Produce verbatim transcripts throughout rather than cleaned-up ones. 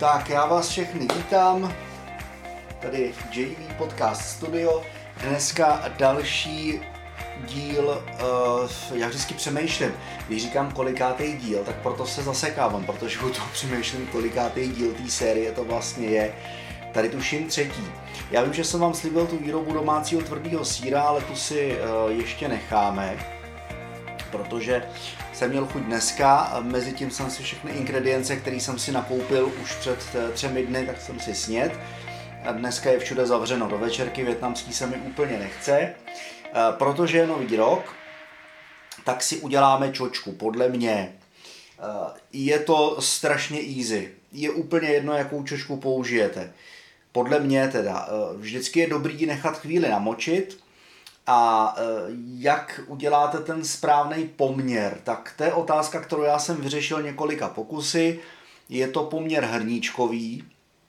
Tak já vás všechny vítám, tady J V Podcast Studio, dneska další díl, uh, já vždycky přemýšlím, když říkám kolikátej díl, tak proto se zasekávám, protože u toho přemýšlím kolikátej díl té série to vlastně je, tady tuším třetí. Já vím, že jsem vám slíbil tu výrobu domácího tvrdého sýra, ale tu si uh, ještě necháme, protože jsem měl chuť dneska, mezi tím jsem si všechny ingredience, které jsem si nakoupil už před třemi dny, tak jsem si snědl. Dneska je všude zavřeno do večerky, vietnamský se mi úplně nechce. Protože je nový rok, tak si uděláme čočku, podle mě. Je to strašně easy, je úplně jedno, jakou čočku použijete. Podle mě teda, vždycky je dobrý nechat chvíli namočit. A jak uděláte ten správný poměr, tak to je otázka, kterou já jsem vyřešil několika pokusy. Je to poměr hrníčkový,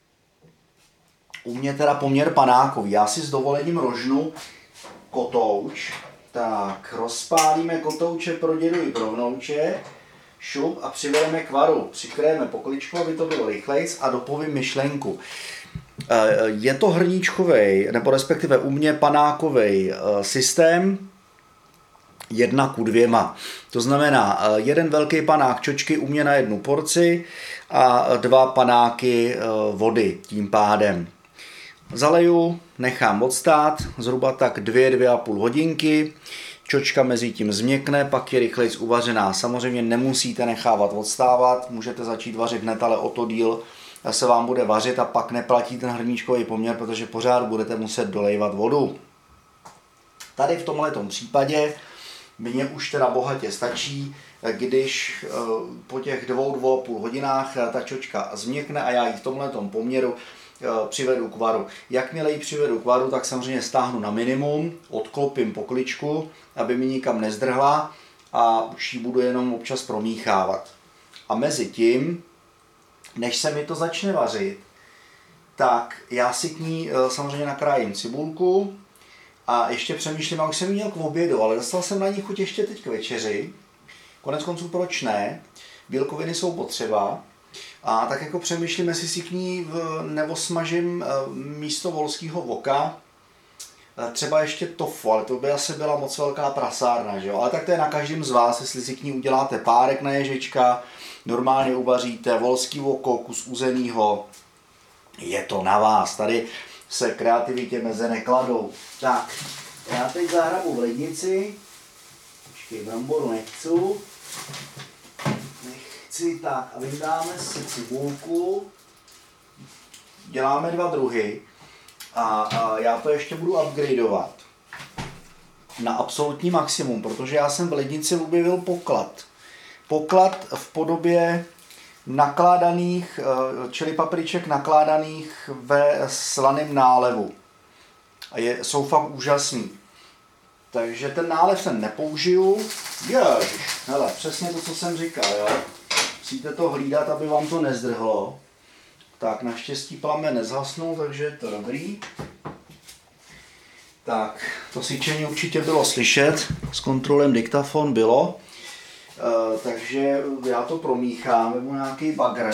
u mě teda poměr panákový. Já si s dovolením rožnu kotouč. Tak, rozpálíme kotouče pro dědu i pro vnouče. Šup a přivedeme k varu. Přikryjeme pokličku, aby to bylo rychlejc a dopovím myšlenku. Je to hrníčkovej, nebo respektive u mě panákovej systém jedna ku dvěma. To znamená jeden velký panák čočky u mě na jednu porci a dva panáky vody tím pádem. Zaleju, nechám odstát zhruba tak dvě, dvě a půl hodinky. Čočka mezi tím změkne, pak je rychlejc uvařená. Samozřejmě nemusíte nechávat odstávat, můžete začít vařit hned, ale o to díl se vám bude vařit a pak neplatí ten hrníčkový poměr, protože pořád budete muset dolejvat vodu. Tady v tomhletom případě mně už teda bohatě stačí, když po těch dvou, dvou a půl hodinách ta čočka změkne a já ji v tomhletom poměru přivedu k varu. Jakmile ji přivedu k varu, tak samozřejmě stáhnu na minimum, odklopím pokličku, aby mi nikam nezdrhla a už ji budu jenom občas promíchávat. A mezi tím, než se mi to začne vařit, tak já si k ní samozřejmě nakrájím cibulku a ještě přemýšlím, jak jsem ji měl k obědu, ale dostal jsem na ní chuť ještě teď k večeři. Konec konců proč ne? Bílkoviny jsou potřeba. A tak jako přemýšlím, jestli si k ní nevosmažím místo volského voka třeba ještě tofu, ale to by asi byla moc velká prasárna, že jo? Ale tak to je na každém z vás, jestli si k ní uděláte párek na ježička, normálně uvaříte volský oko, kus uzenýho, je to na vás, tady se kreativitě meze nekladou. Tak, já teď zahrabu v lednici, počkej, bramboru nechci, nechci, tak a vydáme si cibulku, děláme dva druhy a, a já to ještě budu upgradeovat na absolutní maximum, protože já jsem v lednici objevil poklad. Poklad v podobě nakládaných, čili papriček nakládaných ve slaném nálevu. A je, jsou fakt úžasný. Takže ten nálev jsem nepoužiju. Ježiš, hele, přesně to, co jsem říkal, jo. Musíte to hlídat, aby vám to nezdrhlo. Tak, naštěstí plamen nezhasnul, takže je to dobrý. Tak, to syčení určitě bylo slyšet, s kontrolem diktafon bylo. Uh, takže já to promíchám, nebo nějaký bagr.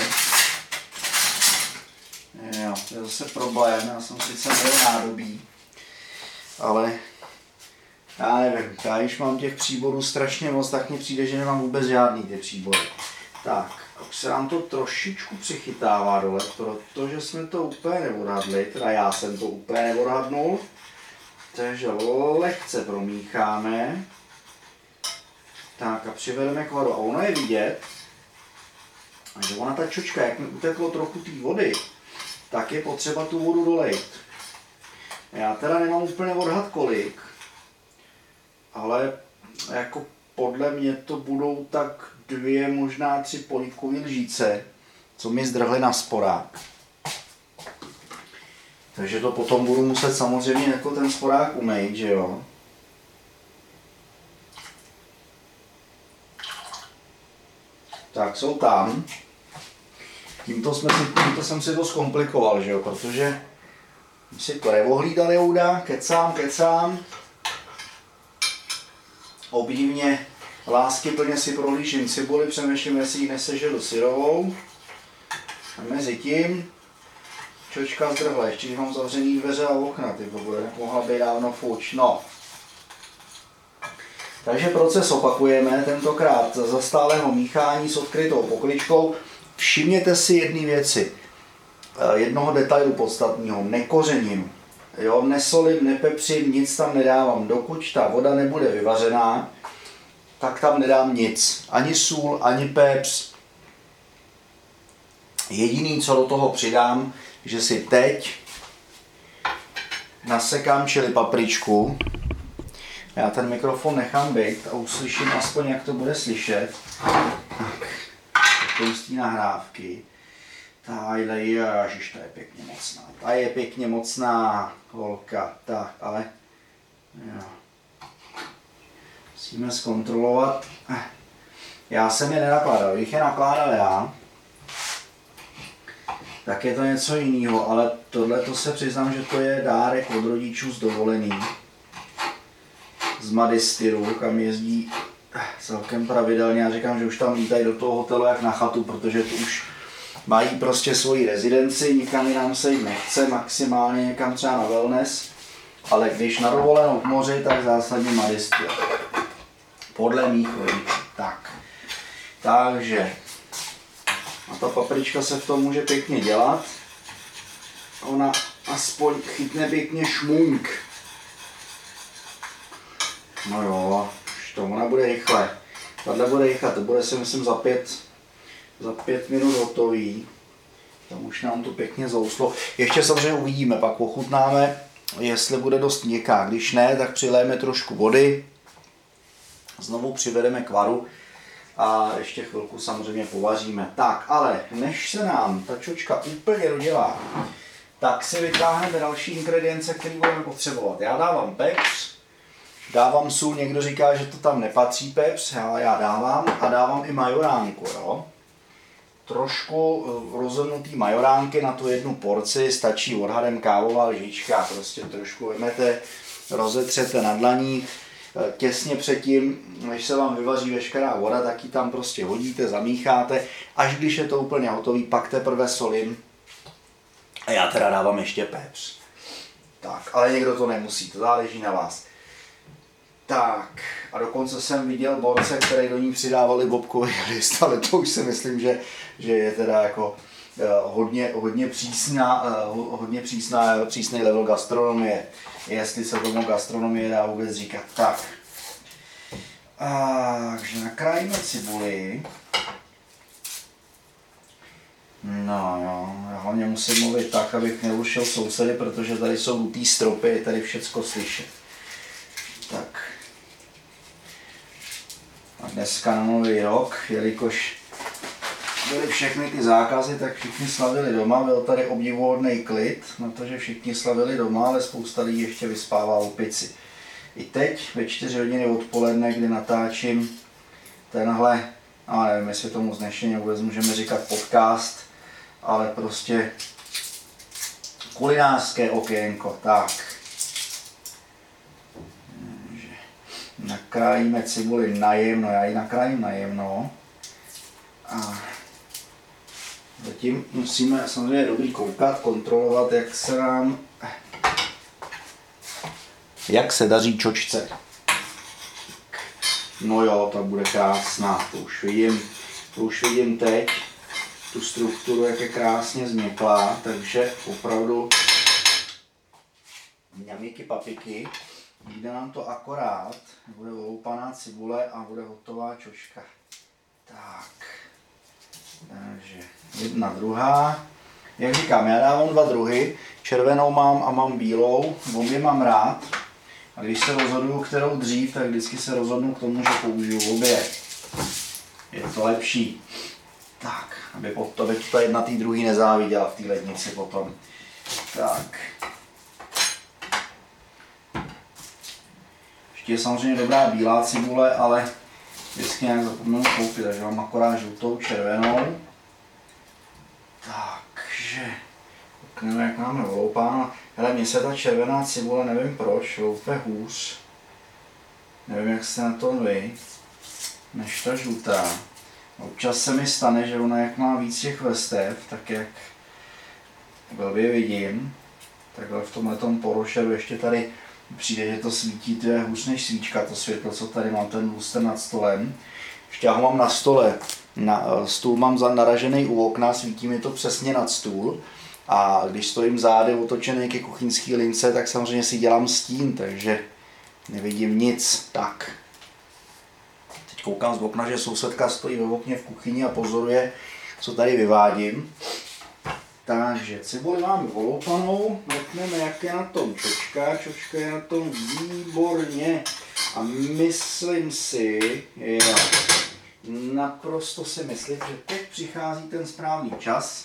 Jo, to je zase problém, já jsem sice měl nádobí, ale já nevím, já když mám těch příborů strašně moc, tak mi přijde, že nemám vůbec žádný ty příbory. Tak, už se nám to trošičku přichytává dole, protože jsme to úplně neodhadli, teda já jsem to úplně neodhadnul, takže lehce promícháme. Tak a přivedeme k varu. A ono je vidět, že ona ta čočka, jak mi uteklo trochu té vody, tak je potřeba tu vodu dolejt. Já teda nemám úplně odhad kolik, ale jako podle mě to budou tak dvě, možná tři polívkové lžíce, co mi zdrhly na sporák. Takže to potom budu muset samozřejmě jako ten sporák umýt, že jo. Tak jsou tam. Tímto, jsme si, tímto jsem si to zkomplikoval, že jo, protože si to neohlídal Jouda, kecám, kecám. Obdivně láskyplně si prohlížím cibuli, přemýšlím, jestli ji nesežeru syrovou. Mezi tím čočka zdrhla, ještě když mám zavřený dveře a okna, ty bude mohla být dávno fuč. No. Takže proces opakujeme, tentokrát za stálého míchání s odkrytou pokličkou. Všimněte si jedné věci, jednoho detailu podstatného, nekořeninu. Jo, nesolím, nepepřím, nic tam nedávám. Dokud ta voda nebude vyvařená, tak tam nedám nic. Ani sůl, ani pepř. Jediný, co do toho přidám, že si teď nasekám čili papričku. Já ten mikrofon nechám být a uslyším aspoň, jak to bude slyšet. Tak, z té nahrávky. Tahle, ježiš, ta je pěkně mocná. Ta je pěkně mocná holka. Tak, ale jo. Musíme zkontrolovat. Já jsem je nenakládal, když je nakládal já, tak je to něco jiného, ale tohle to se přiznám, že to je dárek od rodičů z dovolený. Z Madistyru, kam jezdí celkem pravidelně. Já říkám, že už tam lítají do toho hotelu jak na chatu, protože tu už mají prostě svoji rezidenci, nikam jinam se jim nechce, maximálně někam třeba na wellness, ale když na dovolenou v moři, tak zásadně Madistyr. Podle mých rodičů. Tak. Takže a ta paprička se v tom může pěkně dělat. Ona aspoň chytne pěkně šmunk. No jo, už to ona bude rychle. Tahle bude rychle, to bude si myslím za pět, za pět minut hotový. Tam už nám to pěkně zouslo. Ještě samozřejmě uvidíme, pak ochutnáme, jestli bude dost měkká. Když ne, tak přiléme trošku vody. Znovu přivedeme k varu a ještě chvilku samozřejmě povaříme. Tak, ale než se nám ta čočka úplně dodělá, tak si vytáhneme další ingredience, které budeme potřebovat. Já dávám pepř, dávám sůl, někdo říká, že to tam nepatří pepř, ale já dávám a dávám i majoránku. Jo? Trošku rozhodnutý majoránky na tu jednu porci, stačí odhadem kávová lžička, prostě trošku vemete, rozetřete na dlaní. Těsně předtím, než se vám vyvaří veškerá voda, tak ji tam prostě hodíte, zamícháte, až když je to úplně hotový, pak teprve solím. A já teda dávám ještě pepř. Tak, ale někdo to nemusí, to záleží na vás. Tak, a dokonce jsem viděl borce, které do ní přidávali bobkový list, ale to už si myslím, že, že je teda jako uh, hodně, hodně přísná, uh, hodně přísná, přísný level gastronomie. Jestli se tomu gastronomie dá vůbec říkat. Tak, takže nakrájíme cibuli. No jo, já hlavně musím mluvit tak, abych nerušil sousedy, protože tady jsou dutý stropy, je tady všecko slyšet. Tak. A dneska na nový rok, jelikož byly všechny ty zákazy, tak všichni slavili doma, byl tady obdivuhodný klid, na to, že všichni slavili doma, ale spousta lidí ještě vyspává u pici. I teď ve čtyři hodiny odpoledne, kdy natáčím tenhle, a nevím, jestli tomu znešeně vůbec můžeme říkat podcast, ale prostě kulinářské okénko, tak. Nakrájíme cibuli najemno, já ji nakrájím najemno. A zatím musíme samozřejmě dobrý koukat, kontrolovat, jak se nám, jak se daří čočce. No jo, ta bude krásná, to už vidím, to už vidím teď, tu strukturu, jak je krásně změklá, takže opravdu mňamíky papiky, jde nám to akorát, bude oloupaná cibule a bude hotová čočka. Tak, takže jedna, druhá. Jak říkám, já dávám dva druhy, červenou mám a mám bílou, obě mám rád. A když se rozhoduju, kterou dřív, tak vždycky se rozhodnu k tomu, že použiju obě. Je to lepší. Tak, aby to, aby to jedna tý druhý nezáviděla v té lednici potom. Tak. Ještě je samozřejmě dobrá bílá cibule, ale vždycky nějak zapomenu koupit, takže mám akorát žlutou, červenou. Takže, koukneme, jak máme oloupáno. Hele, mně se ta červená cibule, nevím proč, loupe hůř. Nevím, jak jste na to vy, než ta žlutá. Občas se mi stane, že ona jak má víc těch vrstev, tak jak blbě vidím, takhle v tomhletom porošeru ještě tady přijde, že to svítí, to je hůř než svíčka, to světlo, co tady mám, ten luster nad stolem. Ještě já ho mám na stole, na, stůl mám naražený u okna, svítí mi to přesně nad stůl. A když stojím zády otočený ke kuchyňské lince, tak samozřejmě si dělám stín, takže nevidím nic. Tak. Teď koukám z okna, že sousedka stojí ve okně v kuchyni a pozoruje, co tady vyvádím. Takže cibuli máme oloupanou, řekneme, jak je na tom čočka. Čočka je na tom výborně. A myslím si, jo, naprosto si myslím, že teď přichází ten správný čas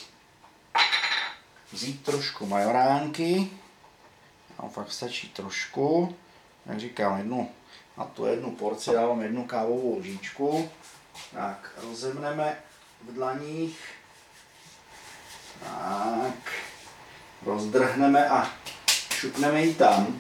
vzít trošku majoránky. A fakt stačí trošku. Jak říkám, jednu, na tu jednu porci dávám jednu kávovou lžičku. Tak, rozemneme v dlaních. Tak, rozdrhneme a šupneme ji tam.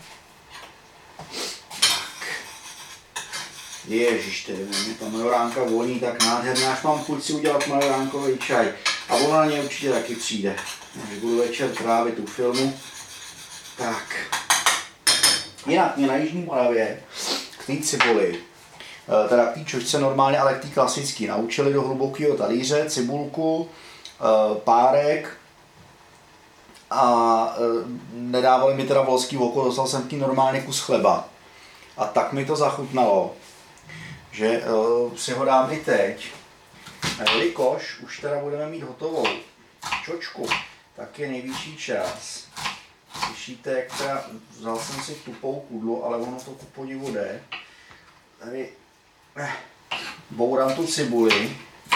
Tak. Ježiš, tedy mě ta majoránka voní tak nádherně, až mám chuť si udělat majoránkový čaj. A ona na ně určitě taky přijde. Takže budu večer trávit u filmu. Tak. Jinak mě na Jižní Moravě k té cibuli, teda k té čočce normálně, ale k té klasické, naučili do hlubokého talíře cibulku, párek a nedávali mi teda volský oko, dostal jsem k ní normálně kus chleba. A tak mi to zachutnalo, že si ho dám i teď. A jelikož už teda budeme mít hotovou čočku, tak je nejvyšší čas. Slyšíte, jak teda vzal jsem si tupou kudlu, ale ono to ku podivu jde. Tady eh, bourám tu cibuli.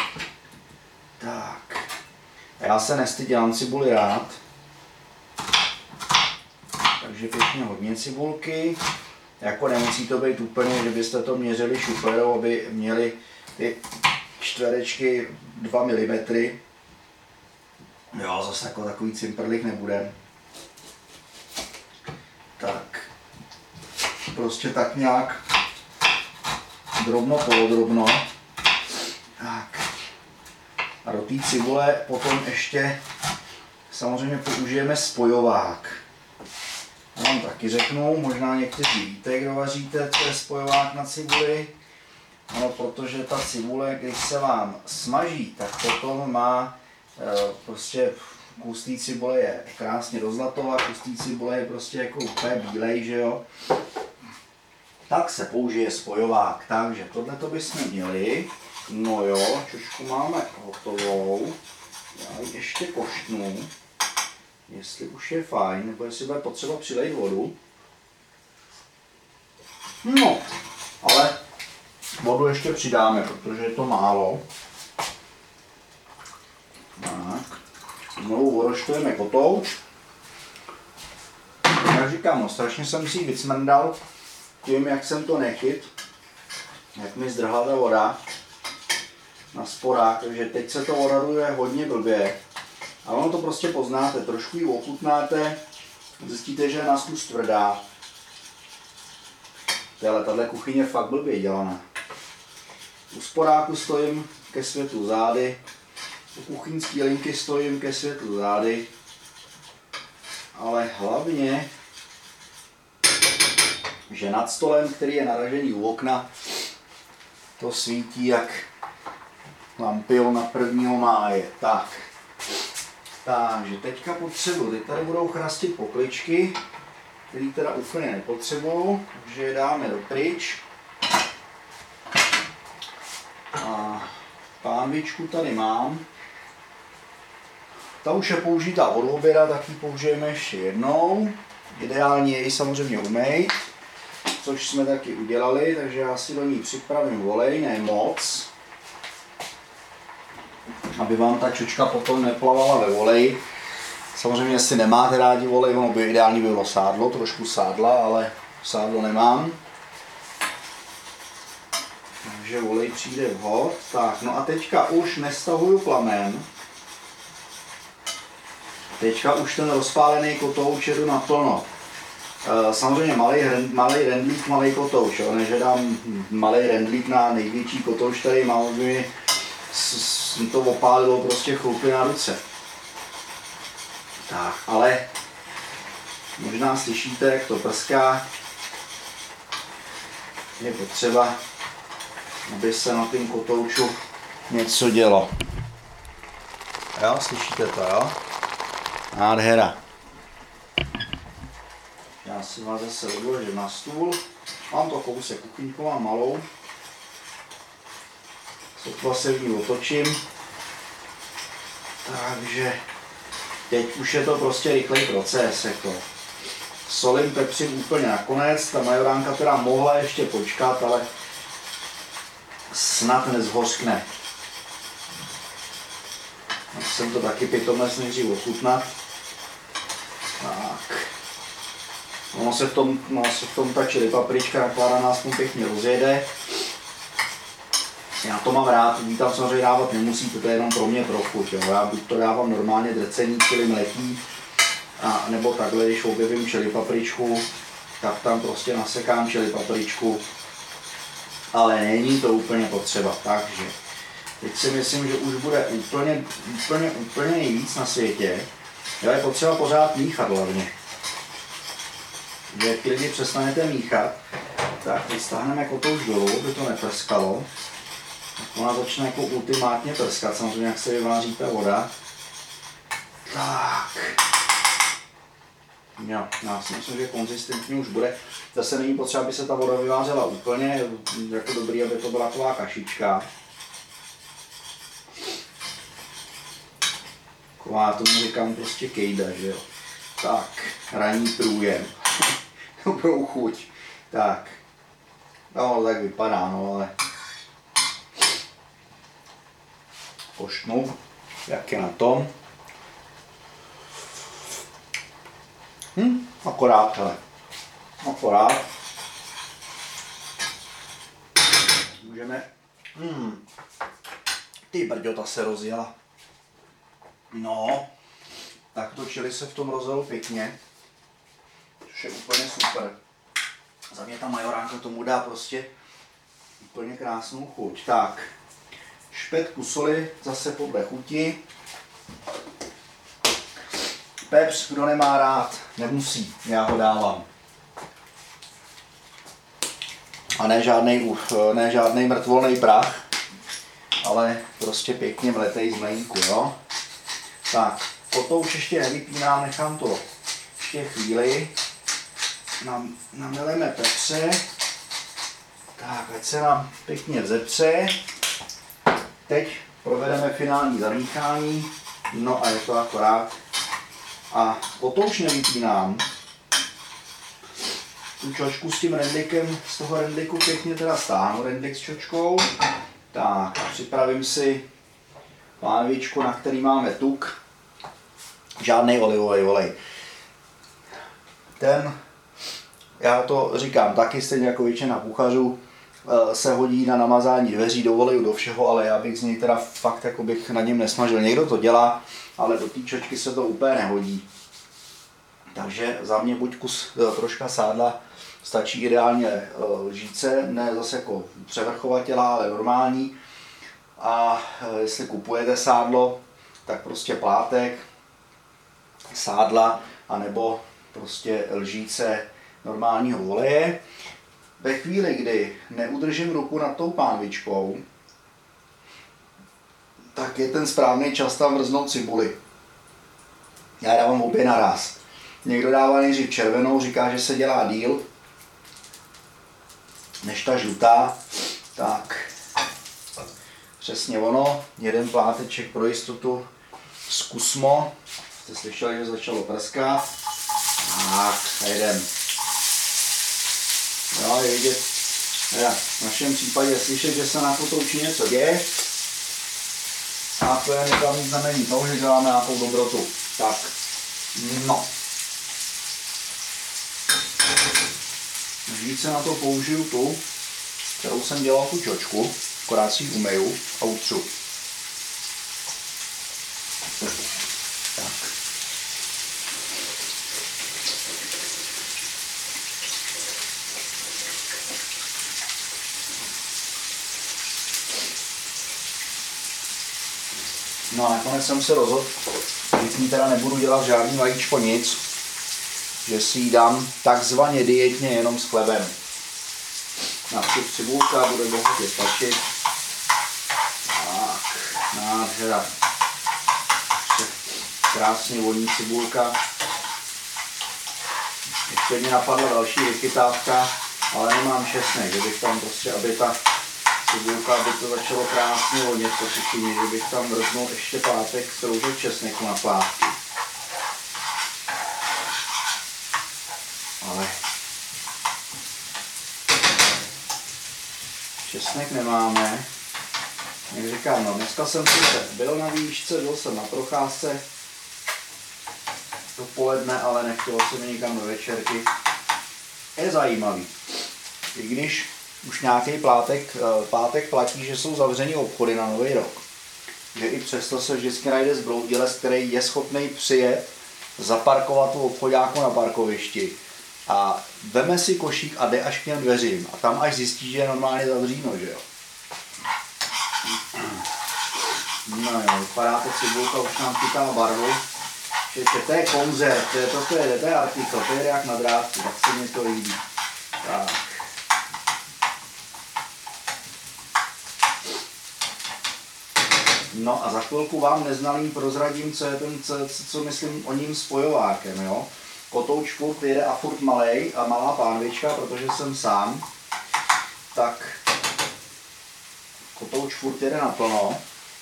Tak. Já se nestydím, dělám cibuli rád. Takže pěkně hodně cibulky. Jako nemusí to být úplně, že byste to měřili šuperou, aby měli ty čtverečky dva milimetry. Jo, zase jako takový cimprlik nebude. Tak. Prostě tak nějak drobno, polodrobno. Tak. A do té cibule potom ještě samozřejmě použijeme spojovák. Já vám taky řeknu, možná někteří víte, kdo vaříte, co je spojovák na cibuli. No, protože ta cibule, když se vám smaží, tak potom má e, prostě kus té cibule je krásně rozlatová, kus té cibule je prostě jako úplně bílej, že jo. Tak se použije spojovák, takže tohleto bychom měli. No jo, čočku máme hotovou. Já ji ještě koštnu, jestli už je fajn, nebo jestli bude potřeba přilejt vodu. No, ale vodu ještě přidáme, protože je to málo. Tak, znovu oroštujeme kotouč. Jak říkám, no, strašně jsem si ji vycmrdal tím, jak jsem to nechyt, jak mi zdrhla ta voda na sporách, takže teď se to odhaduje hodně blbě. A ono to prostě poznáte, trošku ji ochutnáte, zjistíte, že je na zkus tvrdá. Téhle, tahle kuchyně je fakt blbě dělaná. U sporáku stojím ke světlu zády, u kuchyňské linky stojím ke světlu zády, ale hlavně, že nad stolem, který je naražený u okna, to svítí jak lampion na prvního máje. Tak. Takže teďka potřebuji, teď tady budou chrastit pokličky, které teda úplně nepotřebuju, takže je dáme dopryč. A pánvičku tady mám. Ta už je použitá od oběda, tak ji použijeme ještě jednou. Ideálně ji samozřejmě umýt, což jsme taky udělali, takže já si do ní připravím volej, ne moc, aby vám ta čočka potom neplavala ve voleji. Samozřejmě, jestli nemáte rádi volej, ono by ideálně bylo sádlo, trošku sádla, ale sádlo nemám. Takže volej přijde vhod. Tak, no a teďka už nestahuju plamen. Teďka už ten rozpálený kotouč jedu naplno. Samozřejmě malý, malý rendlík, malý kotouš, jo? Než dám malý rendlík na největší kotouš, tady mám, by mi to opálilo prostě chlupy na ruce. Tak, ale možná slyšíte, jak to prská. Je potřeba, aby se na tím kotouču něco dělo. Jo, slyšíte to, jo? Nádhera. Já si vás zase odložím na stůl. Mám to kousek kuchyňku, mám malou. Sotva se v ní otočím. Takže teď už je to prostě rychlej proces. Jako. Solím, pepřím úplně nakonec. Ta majoránka teda mohla ještě počkat, ale snad nezhořkne. Jsem to taky pitomec nejdřív ochutnat. Tak. Ono se v tom, no, se v tom ta chili paprička nakládaná aspoň pěkně rozjede. Já to mám rád, vy tam samozřejmě dávat nemusíte, to je jenom pro mě pro chuť. Jo. Já buď to dávám normálně drcený chili mletí, a nebo takhle, když objevím chili papričku, tak tam prostě nasekám chili papričku. Ale není to úplně potřeba, takže teď si myslím, že už bude úplně, úplně, úplně nejvíc na světě. Jo, je potřeba pořád míchat hlavně. Že když přestanete míchat, tak vystáhneme kotouč dolů, aby to neprskalo. Ona začne jako ultimátně prskat, samozřejmě jak se vyváří ta voda. Tak. Jo, já si myslím, že konzistentně už bude. Zase není potřeba, aby se ta voda vyvářela úplně, jako dobrý, aby to byla taková kašička. Taková, tomu říkám prostě kejda, že jo. Tak, ranní průjem. Dobrou chuť. Tak. No, tak vypadá, no, ale košnu, jak je na tom. Hm, akorát, hele. Akorát. Můžeme, hm, ty brďo, ta se rozjela. No, tak to chili se v tom rozjelo pěkně, což je úplně super. Za mě ta majoránka tomu dá prostě úplně krásnou chuť. Tak, špetku soli, zase podle chuti. Pepř, kdo nemá rád, nemusí, já ho dávám. A ne žádnej, ne žádnej mrtvolný prach, ale prostě pěkně mletej z mlejnku, jo. Tak, kotouč ještě nevypínám, nechám to ještě chvíli. Nam, nameleme pepře. Tak, ať se nám pěkně vzepře. Teď provedeme finální zamíchání. No a je to akorát. A kotouč nevypínám. Tu čočku s tím rendlikem, z toho rendliku pěkně teda stáhnu, rendlik s čočkou. Tak, připravím si pánvičku, na který máme tuk. Žádnej olivový olej. Ten, já to říkám taky, stejně jako většina kuchařů, se hodí na namazání dveří, do oleju, do všeho, ale já bych z něj teda fakt jako bych na něm nesmažil. Někdo to dělá, ale do té čočky se to úplně nehodí. Takže za mě buď kus troška sádla, stačí ideálně lžíce, ne zase jako převrchovatělá, ale normální. A jestli kupujete sádlo, tak prostě plátek, sádla, anebo prostě lžíce normálního oleje. Ve chvíli, kdy neudržím ruku nad tou pánvičkou, tak je ten správný čas tam vrznout cibuli. Já dávám obě naraz. Někdo dává nejdřív červenou, říká, že se dělá díl než ta žlutá. Tak, přesně ono, jeden pláteček pro jistotu, zkusmo. Jste slyšeli, že začalo prskat. Tak, jedem. Jo, je vidět, teda v našem případě je slyšet, že se na kotouči něco děje. A to je někam znamení toho, že děláme nějakou dobrotu. Tak, no. Více na to použiju tu, kterou jsem dělal tu čočku, akorát si ji umeju a utřu. Tak. No a nakonec jsem se rozhodl, že s ní teda nebudu dělat žádný vajíčko nic, že si ji dám takzvaně dietně jenom s chlebem. Na vstup cibulka bude bohatě stačit. Tak, nádhera. Krásně voní cibulka. Ještě mě napadla další vychytávka, ale nemám česnek, že bych tam prostě, aby ta cibulka, aby to začalo krásně vonět po kuchyni, že bych tam mrznul ještě plátek stroužek česneku na plátky. Ale česnek nemáme. Jak říkám, no dneska jsem sice byl na výšce, byl jsem na procházce dopoledne, ale nechtělo se mi nikam do večerky. Je zajímavý. I když už nějaký plátek, pátek platí, že jsou zavřený obchody na Nový rok. Že i přesto se vždycky najde zbloudilec, který je schopný přijet, zaparkovat tu obchodáku na parkovišti a veme si košík a jde až k těm dveřím. A tam až zjistí, že je normálně zavříno, že jo. No jo, vypadá to cibulka, už nám chytá barvu. Že to je koncert, to je, to, to je, to je artikl, to je jak na drátku, tak se mi to líbí. Tak. No a za chvilku vám neznalým prozradím, co je ten, co, co myslím o ním spojovákem, jo. Kotouč furt jede a furt malej a malá pánvička, protože jsem sám, tak kotouč furt jede naplno.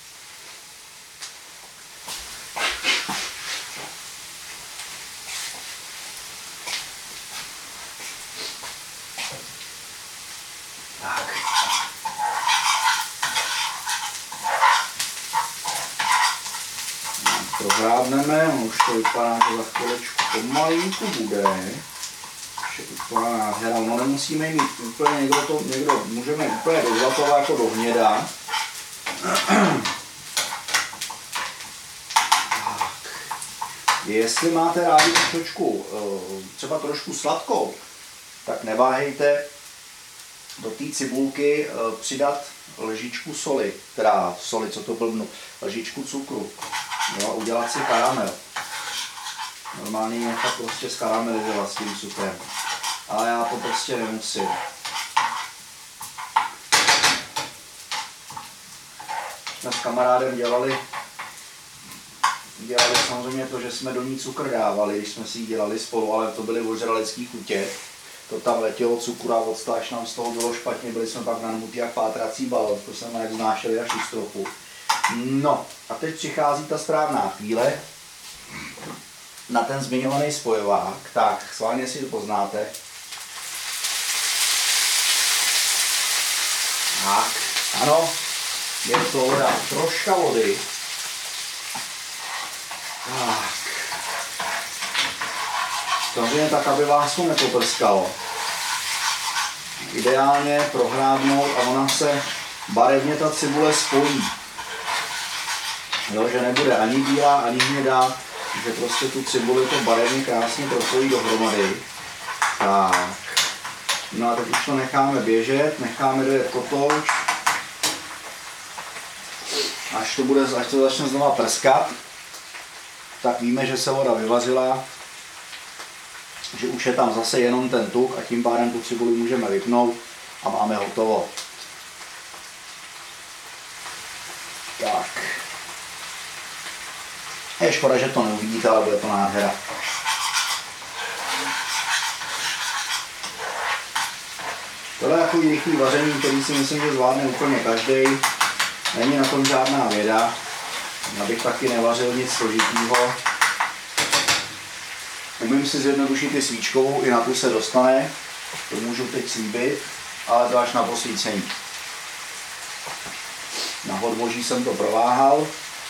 Prohrábneme, už to vypadá, že za chvilečku pomalinku bude. Ještě vypadá nádhera, no nemusíme mít úplně, někdo to, někdo můžeme úplně do zlatova jako do hněda. Jestli máte rádi trošku, třeba trošku sladkou, tak neváhejte do té cibulky přidat lžičku soli, teda soli, co to blbnu, lžičku cukru. Jo, udělat si karamel. Normálně nechat prostě skaramelizovat s tím cukrem. Ale já to prostě nemusím. Jsme s kamarádem dělali, dělali samozřejmě to, že jsme do ní cukr dávali, když jsme si ji dělali spolu, ale to byly ožralecký chutě. To tam letělo cukru a octa, až nám z toho bylo špatně, byli jsme pak nanutí jak pátrací balon, to jsme jak znášeli až z trochu. No a teď přichází ta správná chvíle na ten zmiňovaný spojovák. Tak, schválně si to poznáte. Tak, ano, je to voda, troška vody. Tak. Samozřejmě tak, aby vás to nepoprskalo. Ideálně prohrábnout a ona se barevně ta cibule spojí. Jo, že nebude ani bílá, ani hnědá, že prostě tu cibuli to barevně krásně propojí dohromady. Tak. No a teď už to necháme běžet, necháme dojet kotouč. Až to, bude, až to začne znova prskat, tak víme, že se voda vyvařila, že už je tam zase jenom ten tuk a tím pádem tu cibuli můžeme vypnout a máme hotovo. Tak. Je škoda, že to neuvidíte, ale bude to nádhera. Tohle je takový rychlý vaření, který si myslím, že zvládne úplně každý. Není na tom žádná věda. Abych taky nevařil nic složitýho. Umím si zjednodušit i svíčkovou, i na tu se dostane. To můžu teď slíbit, ale to až na posvícení. Na odboží jsem to prováhal.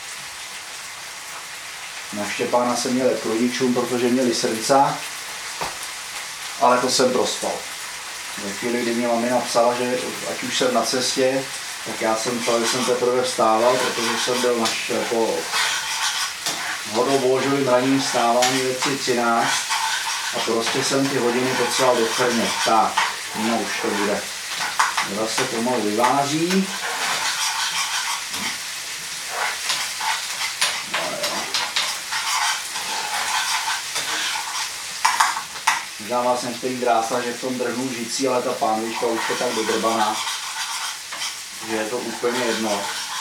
Na Štěpána jsem měl k rodičům, protože měli srdca, ale to jsem prospal. Ve chvíli, kdy mě mamina psala, že ať už jsem na cestě, tak já jsem psal, že jsem teprve vstával, protože jsem byl naš jako hodobožovým ranním vstávání ve tři třináct a prostě jsem ty hodiny potřeboval do chrně. Tak, no už to bude. Zase pomalu vyváží. Říkám vlastně některý drásla, že v tom drhnu žicí, ale ta pánvička už je tak dodrbaná, že je to úplně jedno.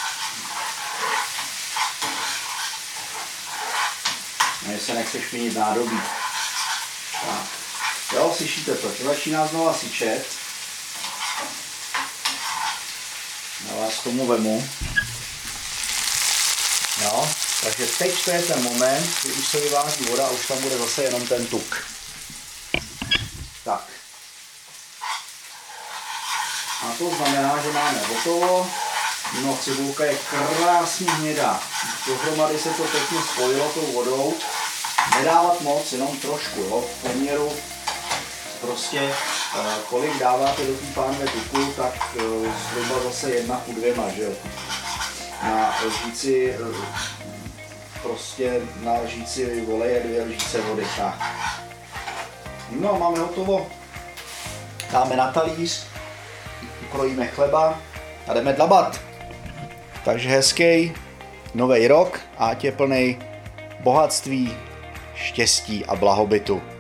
Mně se nechce špinit nádobí. Tak. Jo, slyšíte to, to začíná znova syčet. Já vás k tomu vemu. Jo, takže teď to je ten moment, kdy už se vyvádí voda a už tam bude zase jenom ten tuk. Tak. A to znamená, že máme hotovo. No, cibulka je krásně hnědá. Dohromady se to pěkně spojilo tou vodou. Nedávat moc, jenom trošku, jo, v poměru prostě kolik dáváte do té pánve tuku, tak zhruba zase jedna ku dvěma, že jo. Na lžíci, prostě na lžíci oleje dvě lžíce vody, tak. No a máme hotovo. Dáme na talíř, ukrojíme chleba a jdeme dlabat. Takže hezký nový rok, ať je plný bohatství, štěstí a blahobytu.